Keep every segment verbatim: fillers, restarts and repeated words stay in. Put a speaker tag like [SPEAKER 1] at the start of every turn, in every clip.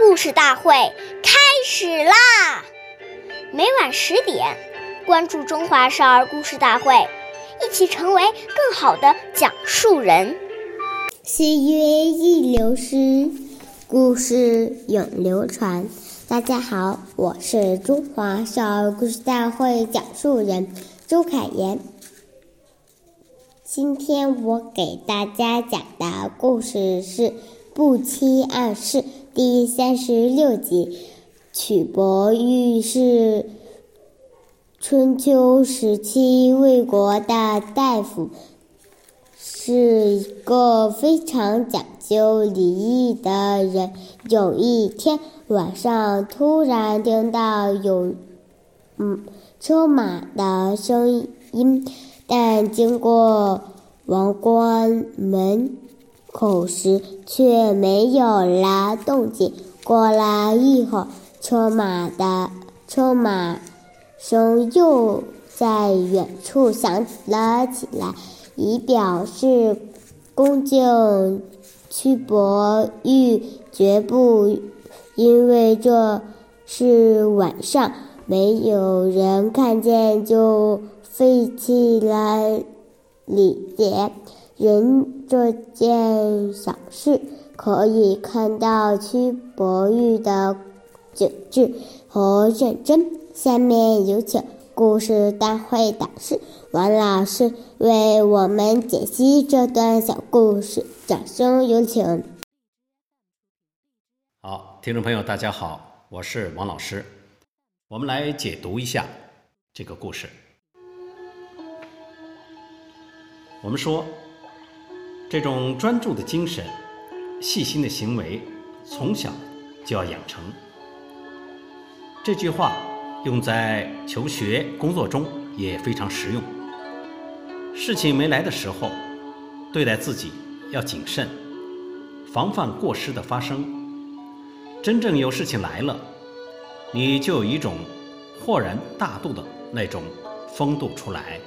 [SPEAKER 1] 故事大会开始啦！每晚十点，关注中华少儿故事大会，一起成为更好的讲述人。
[SPEAKER 2] 岁月易流失，故事永流传。大家好，我是中华少儿故事大会讲述人周凯言。今天我给大家讲的故事是《不期暗示》第三十六集。曲伯玉是春秋时期魏国的大夫，是一个非常讲究礼仪的人。有一天晚上，突然听到有嗯车马的声音，但经过王关门口时却没有了动静。过了一会儿，车马的车马声又在远处响了起来，以表示恭敬。曲伯玉绝不因为这是晚上没有人看见就废弃了礼节。人这件小事可以看到曲伯玉的景致和认真。下面有请故事大会导师王老师为我们解析这段小故事，掌声有请。
[SPEAKER 3] 好，听众朋友大家好，我是王老师。我们来解读一下这个故事。我们说，这种专注的精神、细心的行为，从小就要养成。这句话用在求学、工作中也非常实用。事情没来的时候，对待自己要谨慎，防范过失的发生。真正有事情来了，你就有一种豁然大度的那种风度出来。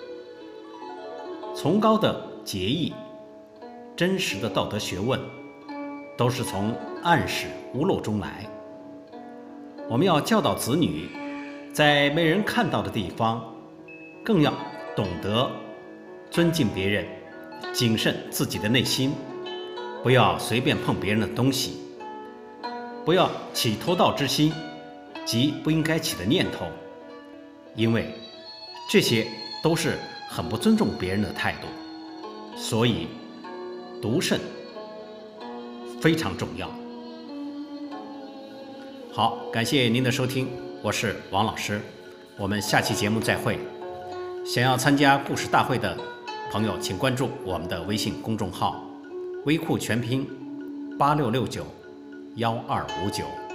[SPEAKER 3] 崇高的节义、真实的道德学问，都是从暗室屋漏中来。我们要教导子女，在没人看到的地方，更要懂得尊敬别人，谨慎自己的内心，不要随便碰别人的东西，不要起偷盗之心及不应该起的念头，因为这些都是很不尊重别人的态度。所以读慎非常重要。好，感谢您的收听，我是王老师，我们下期节目再会。想要参加故事大会的朋友，请关注我们的微信公众号微库全拼八六六九幺二五九。